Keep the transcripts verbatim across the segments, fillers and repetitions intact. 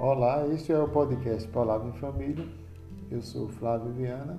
Olá, este é o podcast Palavra em Família. Eu sou Flávio Viana.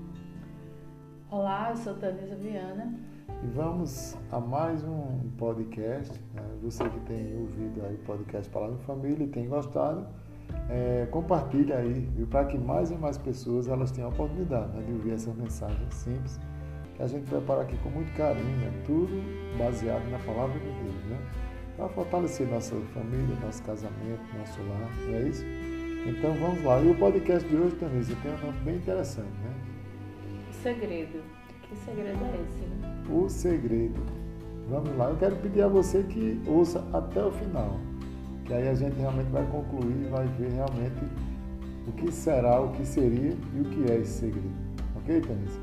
Olá, eu sou Tanisa Viana. E vamos a mais um podcast. Né? Você que tem ouvido aí o podcast Palavra em Família e tem gostado, é, compartilha aí, para que mais e mais pessoas elas tenham a oportunidade, né, de ouvir essas mensagens simples que a gente prepara aqui com muito carinho, né? Tudo baseado na Palavra de Deus, né? Para fortalecer nossa família, nosso casamento, nosso lar, não é isso? Então vamos lá. E o podcast de hoje, Tanisa, tem um nome bem interessante, né? O segredo. Que segredo é esse, né? O segredo. Vamos lá. Eu quero pedir a você que ouça até o final, que aí a gente realmente vai concluir e vai ver realmente o que será, o que seria e o que é esse segredo. Ok, Tanisa?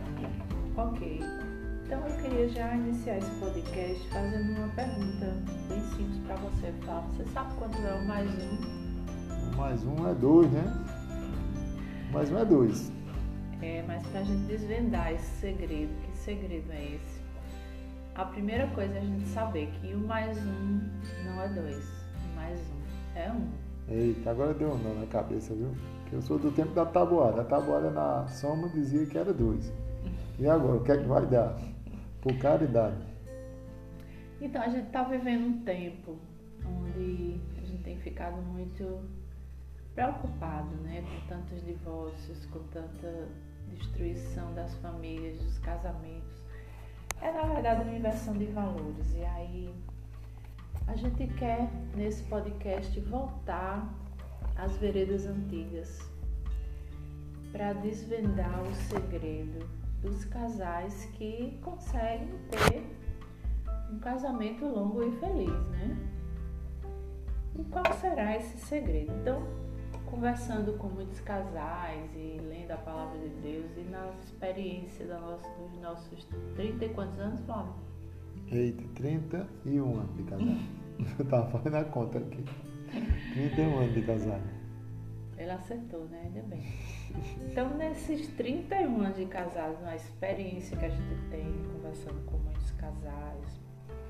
Ok. Então eu queria já iniciar esse podcast fazendo uma pergunta bem simples para você, Flávio. Você sabe quanto é o mais um? O mais um é dois, né? O mais um é dois. É, mas para a gente desvendar esse segredo, que segredo é esse? A primeira coisa é a gente saber que o mais um não é dois. O mais um é um. Eita, agora deu um nó na cabeça, viu? Que eu sou do tempo da tabuada. A tabuada na soma dizia que era dois. E agora, o que é que vai dar? Por caridade. Então, a gente está vivendo um tempo onde a gente tem ficado muito preocupado, né? Com tantos divórcios, com tanta destruição das famílias, dos casamentos. É, na verdade, uma inversão de valores. E aí, a gente quer, nesse podcast, voltar às veredas antigas para desvendar o segredo dos casais que conseguem ter um casamento longo e feliz, né? E qual será esse segredo? Então, conversando com muitos casais e lendo a palavra de Deus e na experiência da nossa, dos nossos trinta e quantos anos, Flávio? Eita, trinta e um anos de casado. Eu estava fazendo a conta aqui. trinta e um anos de casado. Ele acertou, né? Ainda bem. Então, nesses trinta e um anos de casados, na experiência que a gente tem, conversando com muitos casais,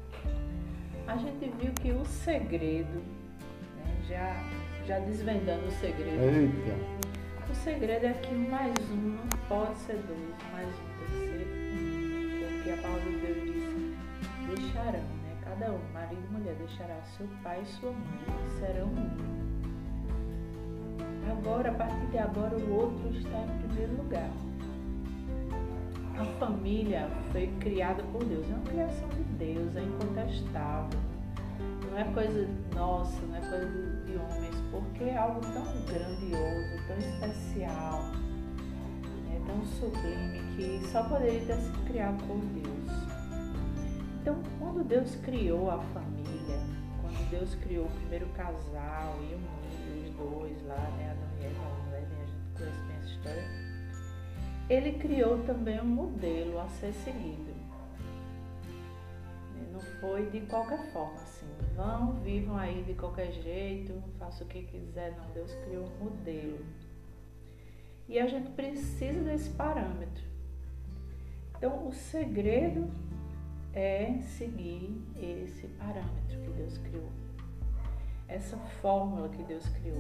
a gente viu que o segredo, né, já, já desvendando o segredo, Eita. o segredo é que um mais um não pode ser dois, mais um tem que ser um, porque a palavra de Deus diz, deixarão, né, cada um, marido e mulher, deixará seu pai e sua mãe, e serão um. Agora, a partir de agora, o outro está em primeiro lugar. A família foi criada por Deus, é uma criação de Deus, é incontestável. Não é coisa nossa, não é coisa de homens, porque é algo tão grandioso, tão especial, né, tão sublime, que só poderia ter sido criado por Deus. Então, quando Deus criou a família, quando Deus criou o primeiro casal e uniu os dois lá, né, Adão e Eva, né, a gente conhece bem essa história, ele criou também um modelo a ser seguido. Não foi de qualquer forma, assim, vão, vivam aí de qualquer jeito, façam o que quiser, não, Deus criou um modelo. E a gente precisa desse parâmetro. Então, o segredo é seguir esse parâmetro que Deus criou. Essa fórmula que Deus criou.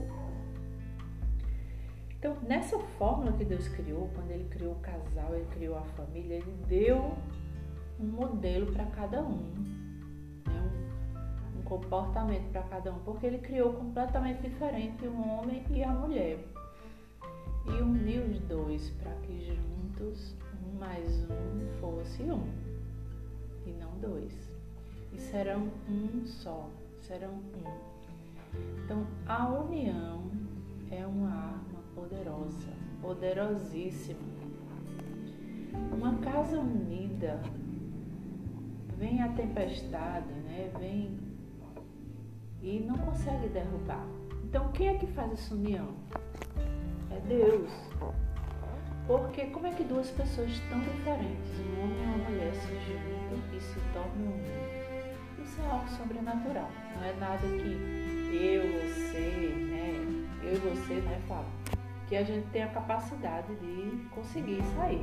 Então, nessa fórmula que Deus criou, quando Ele criou o casal, Ele criou a família, Ele deu um modelo para cada um, né? um, um comportamento para cada um, porque Ele criou completamente diferente o homem e a mulher. E uniu os dois para que juntos, um mais um fosse um, e não dois. E serão um só, serão um. Então, a união é uma arma poderosa, poderosíssima. Uma casa unida, vem a tempestade, né? Vem e não consegue derrubar. Então, quem é que faz essa união? É Deus. Porque como é que duas pessoas tão diferentes, um homem e uma mulher, se juntam e se tornam um? Isso é algo sobrenatural, não é nada que eu, você, né, eu e você, né, Flávio, que a gente tem a capacidade de conseguir sair.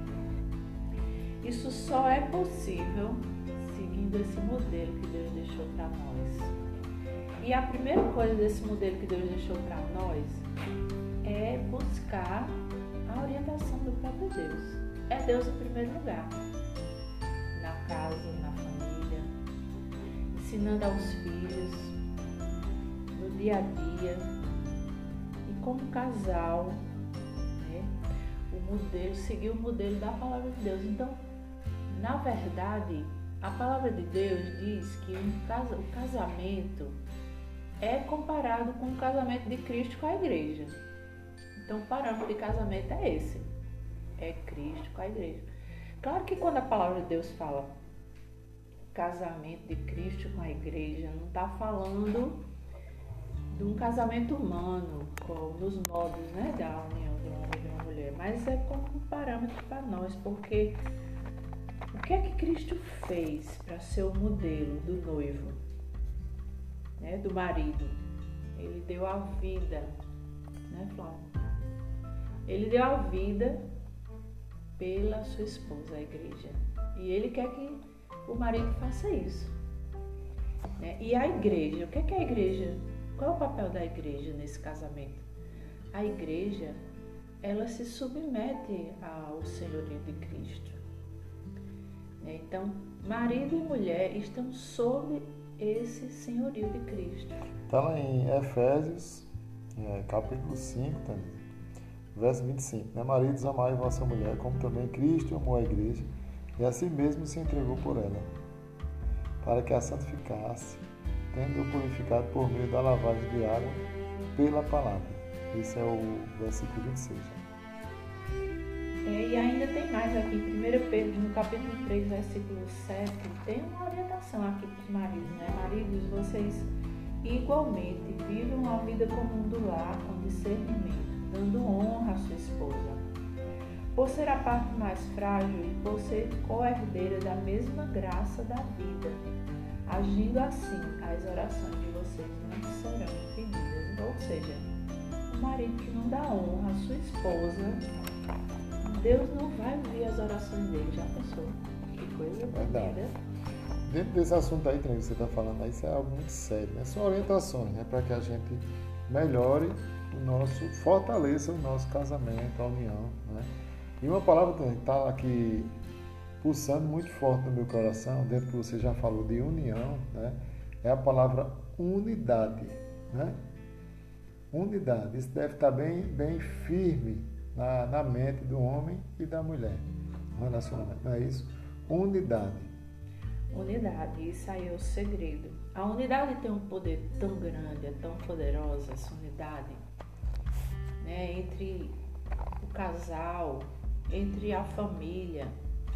Isso só é possível seguindo esse modelo que Deus deixou para nós. E a primeira coisa desse modelo que Deus deixou para nós é buscar a orientação do próprio Deus. É Deus em primeiro lugar. Na casa, na família, ensinando aos filhos, no dia a dia. E como casal, né, o modelo, seguir o modelo da palavra de Deus. Então, na verdade, a palavra de Deus diz que um casa, o casamento é comparado com o casamento de Cristo com a igreja. Então, o parâmetro de casamento é esse. É Cristo com a igreja. Claro que quando a palavra de Deus fala casamento de Cristo com a igreja, não está falando de um casamento humano, como nos modos, né, da união de um homem e de uma mulher, mas é como um parâmetro para nós, porque o que é que Cristo fez para ser o modelo do noivo, né, do marido? Ele deu a vida, né, Flávio? Ele deu a vida pela sua esposa, a igreja. E ele quer que o marido faça isso, né? E a igreja, o que é que a igreja, qual é o papel da igreja nesse casamento? A igreja, ela se submete ao senhorio de Cristo. Então, marido e mulher estão sob esse senhorio de Cristo. Está lá em Efésios, é, capítulo cinco, tá? Verso vinte e cinco. Né? Maridos, amai vossa mulher, como também Cristo amou a igreja, e assim mesmo se entregou por ela, para que a santificasse, tendo-o purificado por meio da lavagem de água pela palavra. Esse é o versículo vinte e seis. É, e ainda tem mais aqui, em primeiro Pedro, no capítulo três, versículo sete, tem uma orientação aqui para os maridos, né? Maridos, vocês igualmente vivam uma vida comum do lar com discernimento, dando honra à sua esposa, por ser a parte mais frágil e por ser co-herdeira da mesma graça da vida. Agindo assim, as orações de vocês não serão impedidas. Ou seja, o marido que não dá honra à sua esposa, Deus não vai ouvir as orações dele. Já pensou? Que coisa bonita. Dentro desse assunto aí, que você está falando aí, isso é algo muito sério, né? São orientações, né? Para que a gente melhore o nosso, fortaleça o nosso casamento, a união, né? E uma palavra que está aqui pulsando muito forte no meu coração, dentro que você já falou de união, né? É a palavra unidade, né? Unidade. Isso deve estar bem, bem firme na, na mente do homem e da mulher. O relacionamento, não é isso? Unidade. Unidade, isso aí é o segredo. A unidade tem um poder tão grande, é tão poderosa, essa unidade, né? Entre o casal, entre a família,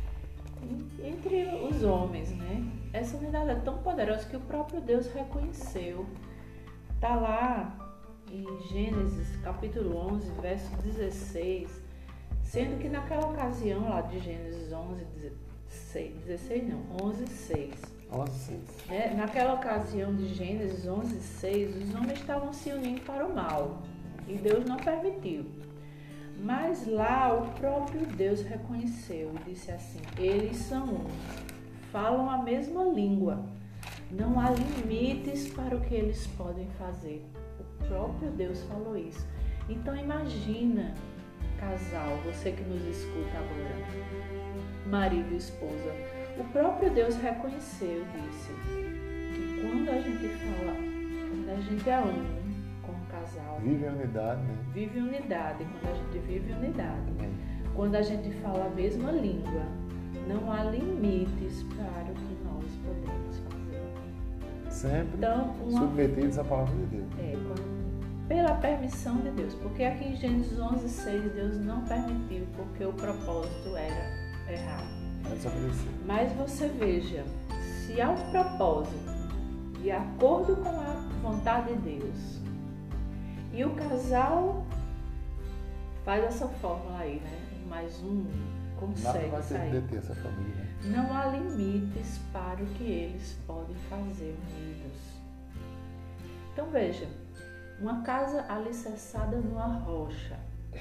entre os homens, né? Essa unidade é tão poderosa que o próprio Deus reconheceu. Está lá em Gênesis capítulo onze, verso dezesseis, sendo que naquela ocasião lá de Gênesis onze, dezesseis não, onze, seis. onze, seis. Né? Naquela ocasião de Gênesis onze, seis, os homens estavam se unindo para o mal e Deus não permitiu. Mas lá o próprio Deus reconheceu e disse assim: eles são um, falam a mesma língua, não há limites para o que eles podem fazer. O próprio Deus falou isso. Então imagina, casal, você que nos escuta agora, marido e esposa, o próprio Deus reconheceu, disse que quando a gente fala, quando a gente é um, casal, vive em unidade, né? Vive em unidade, quando a gente vive em unidade. Amém. Quando a gente fala a mesma língua, não há limites para o que nós podemos fazer. Sempre então, uma... submetidos à palavra de Deus. É, quando... pela permissão de Deus. Porque aqui em Gênesis onze, seis, Deus não permitiu, porque o propósito era errado. É Mas você veja, se há um propósito de acordo com a vontade de Deus, e o casal faz essa fórmula aí, né? Um mais um consegue Nada vai sair. deter essa família, né? Não há limites para o que eles podem fazer unidos. Então veja, uma casa alicerçada numa rocha,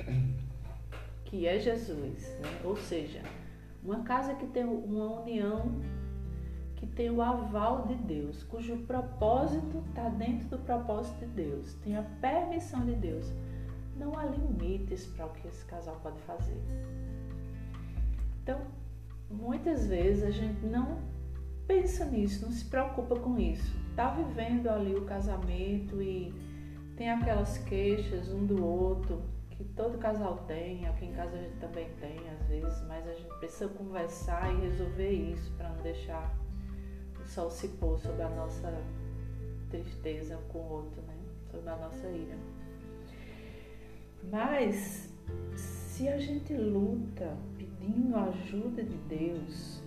que é Jesus, né? Ou seja, uma casa que tem uma união que tem o aval de Deus, cujo propósito está dentro do propósito de Deus, tem a permissão de Deus. Não há limites para o que esse casal pode fazer. Então, muitas vezes a gente não pensa nisso, não se preocupa com isso. Está vivendo ali o casamento e tem aquelas queixas um do outro, que todo casal tem, aqui em casa a gente também tem às vezes, mas a gente precisa conversar e resolver isso para não deixar o sol se pôr sobre a nossa tristeza com o outro, né? Sobre a nossa ira. Mas se a gente luta pedindo a ajuda de Deus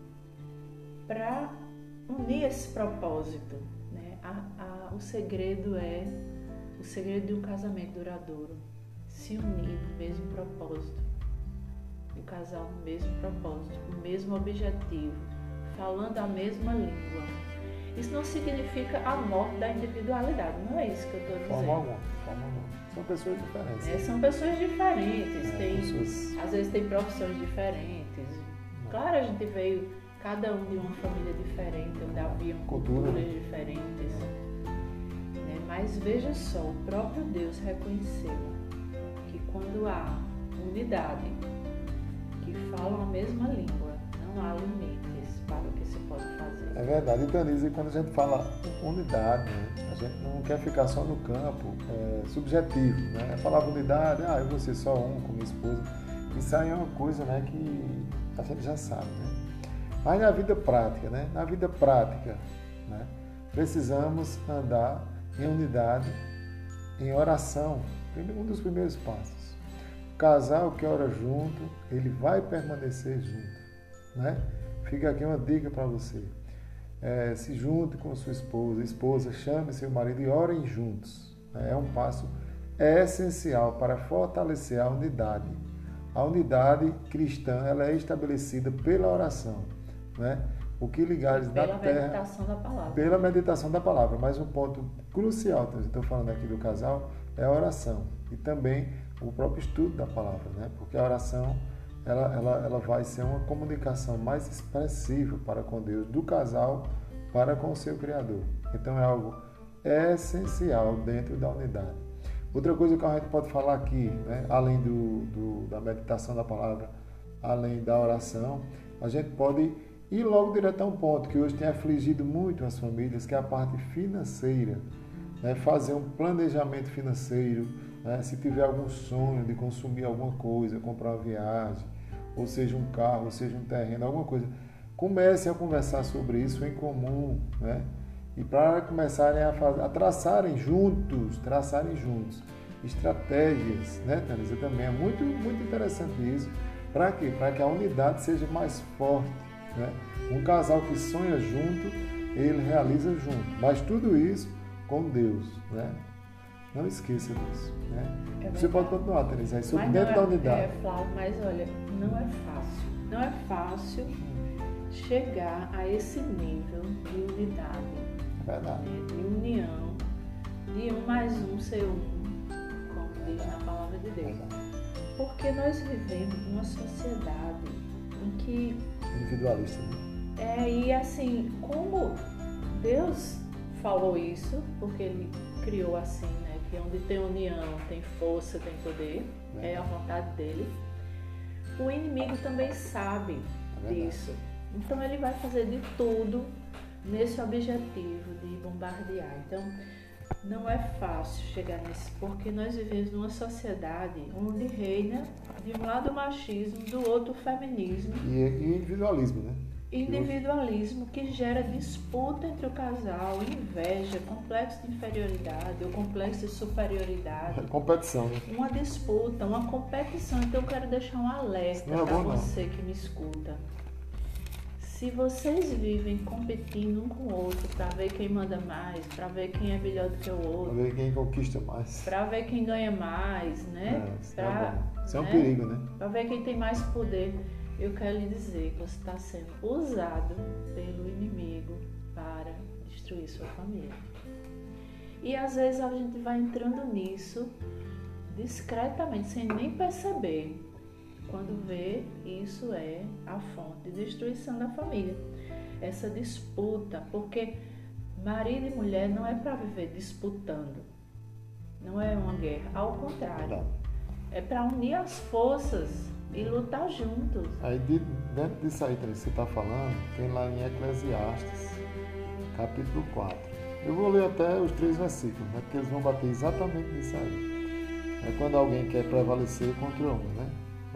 para unir esse propósito, né? A, a, o segredo é o segredo de um casamento duradouro. Se unir no mesmo propósito, o casal no mesmo propósito, o mesmo objetivo, falando a mesma língua. Isso não significa a morte da individualidade, não é isso que eu estou dizendo. Forma alguma, forma alguma. São pessoas diferentes. É, são pessoas diferentes, é, tem, pessoas... às vezes tem profissões diferentes. Claro, a gente veio, cada um de uma família diferente, onde haviam Cultura. culturas diferentes. Né? Mas veja só, o próprio Deus reconheceu que quando há unidade, que falam a mesma língua, não há limites para o que se pode fazer. É verdade. E Tanise, quando a gente fala unidade, né, a gente não quer ficar só no campo é, subjetivo, né? A palavra unidade, ah, eu vou ser só um com minha esposa. Isso aí é uma coisa, né, que a gente já sabe, né? Mas na vida prática, né? Na vida prática, né, precisamos andar em unidade, em oração. Um dos primeiros passos. O casal que ora junto, ele vai permanecer junto, né? Fica aqui uma dica para você. É, se junte com sua esposa, esposa, chame seu marido e orem juntos. É um passo essencial para fortalecer a unidade. A unidade cristã, ela é estabelecida pela oração, né? O que ligares da terra... Pela meditação da palavra. Pela meditação da palavra. Mas um ponto crucial, então, estou falando aqui do casal, é a oração. E também o próprio estudo da palavra, né? Porque a oração, ela, ela, ela vai ser uma comunicação mais expressiva para com Deus, do casal para com o seu Criador. Então é algo essencial dentro da unidade. Outra coisa que a gente pode falar aqui, né? Além do, do, da meditação da palavra, além da oração, a gente pode ir logo direto a um ponto que hoje tem afligido muito as famílias, que é a parte financeira. Né? Fazer um planejamento financeiro, né? Se tiver algum sonho de consumir alguma coisa, comprar uma viagem, ou seja um carro, ou seja um terreno, alguma coisa, comecem a conversar sobre isso em comum, né? E para começarem a, fazer, a traçarem juntos, traçarem juntos estratégias, né, Tanisa? Também é muito, muito interessante isso. Para quê? Para que a unidade seja mais forte, né? Um casal que sonha junto, ele realiza junto. Mas tudo isso com Deus, né? Não esqueça disso, né? É Você pode continuar, Tanisa, isso dentro é, da unidade. É, Flávio, mas olha, não é fácil. Não é fácil chegar a esse nível de unidade. Verdade. De união, de um mais um ser um, como diz na palavra de Deus. Porque nós vivemos numa sociedade em que... individualista, né? É, e assim, como Deus falou isso, porque Ele criou assim, né? Que onde tem união, tem força, tem poder, é, é a vontade dEle. O inimigo também sabe é disso. Então Ele vai fazer de tudo nesse objetivo de bombardear. Então, não é fácil chegar nesse, porque nós vivemos numa sociedade onde reina de um lado o machismo, do outro o feminismo. E, e individualismo, né? Individualismo que gera disputa entre o casal, inveja, complexo de inferioridade ou complexo de superioridade. Competição, né? Uma disputa, uma competição. Então, eu quero deixar um alerta é para você que me escuta. Se vocês vivem competindo um com o outro para ver quem manda mais, para ver quem é melhor do que o outro, para ver quem conquista mais, para ver quem ganha mais, né? É, isso, pra, é isso é um né? perigo, né? Para ver quem tem mais poder, eu quero lhe dizer que você está sendo usado pelo inimigo para destruir sua família. E às vezes a gente vai entrando nisso discretamente, sem nem perceber. Quando vê, isso é a fonte de destruição da família. essa disputa, porque marido e mulher não é para viver disputando, não é uma guerra, ao contrário, é para unir as forças e lutar juntos. Aí dentro disso aí que você está falando, tem lá em Eclesiastes, capítulo quatro. Eu vou ler até os três versículos, né? Porque eles vão bater exatamente nisso aí. É quando alguém quer prevalecer contra um, né?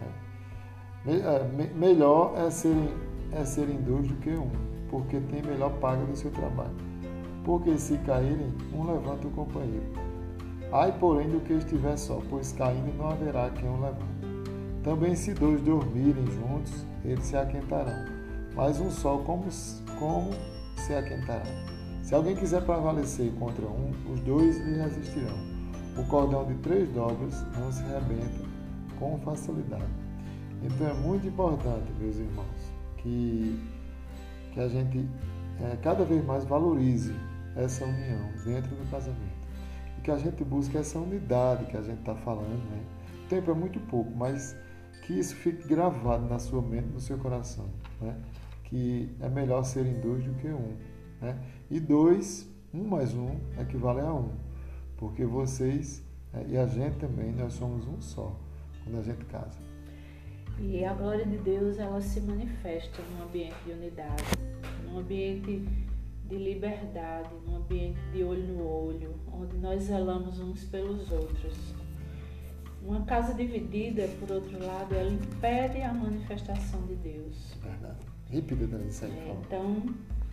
É. Me, melhor é serem, é serem dois do que um, porque tem melhor paga do seu trabalho. Porque se caírem, um levanta o companheiro. Ai, porém, do que estiver só, pois caindo não haverá quem o levante. Também se dois dormirem juntos, eles se aquentarão. Mas um só, como, como se aquentará? Se alguém quiser prevalecer contra um, os dois lhe resistirão. O cordão de três dobras não se rebenta com facilidade. Então é muito importante, meus irmãos, que, que a gente é, cada vez mais valorize essa união dentro do casamento. E que a gente busque essa unidade que a gente está falando, né? O tempo é muito pouco, mas que isso fique gravado na sua mente, no seu coração, né? Que é melhor serem dois do que um, né? E dois, um mais um, equivale a um, porque vocês é, e a gente também, nós somos um só, quando a gente casa. E a glória de Deus, ela se manifesta num ambiente de unidade, num ambiente de liberdade, num ambiente de olho no olho, onde nós zelamos uns pelos outros. Uma casa dividida, por outro lado, ela impede a manifestação de Deus. Verdade. Repita também isso aí. É, então,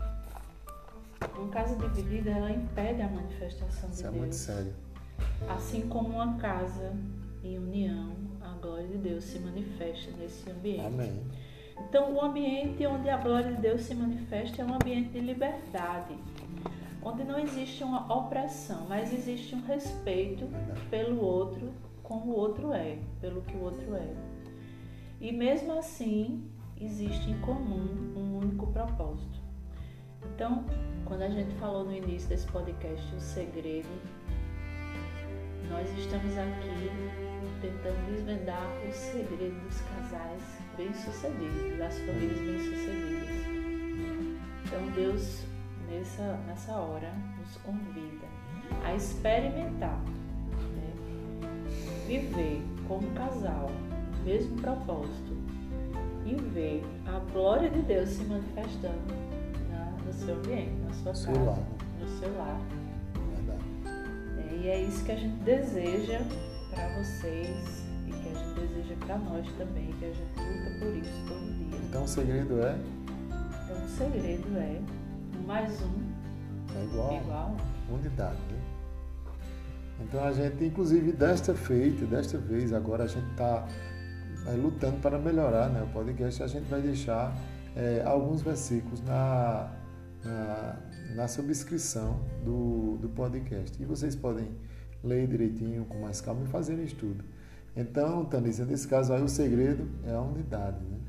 uma casa dividida, ela impede a manifestação isso de é Deus. Muito sério. Assim como uma casa em união, a glória de Deus se manifesta nesse ambiente. Amém. Então, o ambiente onde a glória de Deus se manifesta é um ambiente de liberdade, onde não existe uma opressão, mas existe um respeito Verdade. Pelo outro, como o outro é, pelo que o outro é. E mesmo assim, existe em comum um único propósito. Então, quando a gente falou no início desse podcast, o segredo, nós estamos aqui tentando desvendar o segredo dos casais bem-sucedidos, das famílias bem-sucedidas. Então, Deus, nessa, nessa hora, nos convida a experimentar, né? Viver como casal, mesmo propósito, e ver a glória de Deus se manifestando na, no seu ambiente, na sua seu casa, lar. no seu lar. Verdade. É, e é isso que a gente deseja para vocês e que a gente deseja para nós também, que a gente luta por isso todo dia. Então o segredo é? Então o segredo é um mais um é igual, igual unidade, né? Então a gente, inclusive desta feita, desta vez, agora a gente está é, lutando para melhorar, né, o podcast. A gente vai deixar é, alguns versículos na, na, na subscrição do, do podcast. E vocês podem ler direitinho, com mais calma e fazer um estudo. Então, Tanisa, nesse caso aí o segredo é a unidade, né?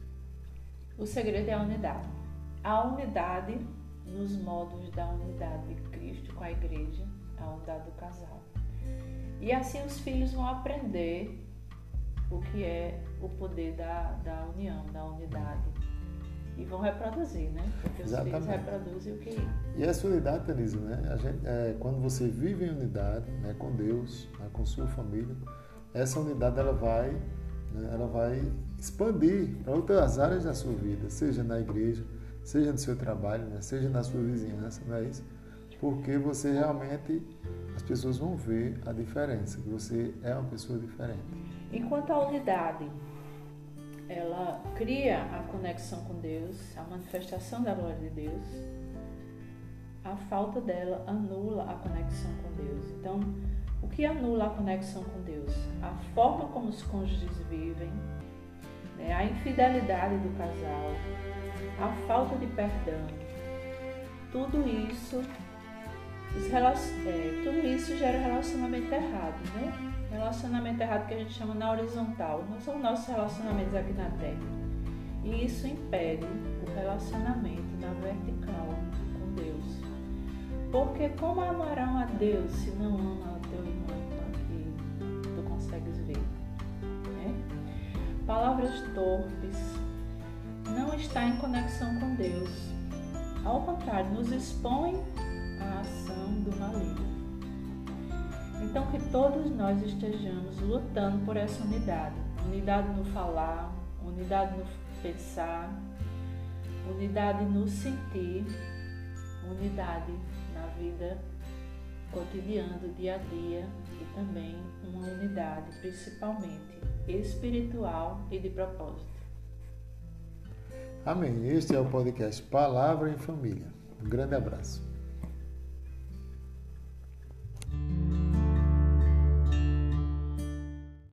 O segredo é a unidade. A unidade nos modos da unidade de Cristo com a igreja, a unidade do casal. E assim os filhos vão aprender o que é o poder da, da união, da unidade. E vão reproduzir, né? Porque os Exatamente. filhos reproduzem o que... E essa unidade, Tanisa, né? A gente, é, quando você vive em unidade, né, com Deus, né, com sua família, essa unidade ela vai, né, ela vai expandir para outras áreas da sua vida, seja na igreja, seja no seu trabalho, né, seja na sua vizinhança, não é isso? Porque você realmente, as pessoas vão ver a diferença, que você é uma pessoa diferente. Enquanto a unidade, ela cria a conexão com Deus, a manifestação da glória de Deus, a falta dela anula a conexão com Deus. Então, o que anula a conexão com Deus? A forma como os cônjuges vivem, né? A infidelidade do casal, a falta de perdão, tudo isso, os relacion... é, tudo isso gera relacionamento errado, né? Relacionamento errado que a gente chama na horizontal, não são nossos relacionamentos aqui na Terra. E isso impede o relacionamento na vertical com Deus. Porque como amarão a Deus se não ama o teu irmão que tu consegues ver? Né? Palavras torpes, não está em conexão com Deus. ao contrário, nos expõe à ação do maligno. Então, que todos nós estejamos lutando por essa unidade. Unidade no falar, unidade no pensar, unidade no sentir, unidade na vida cotidiana, do dia a dia, e também uma unidade principalmente espiritual e de propósito. Amém. Este é o podcast Palavra em Família. Um grande abraço.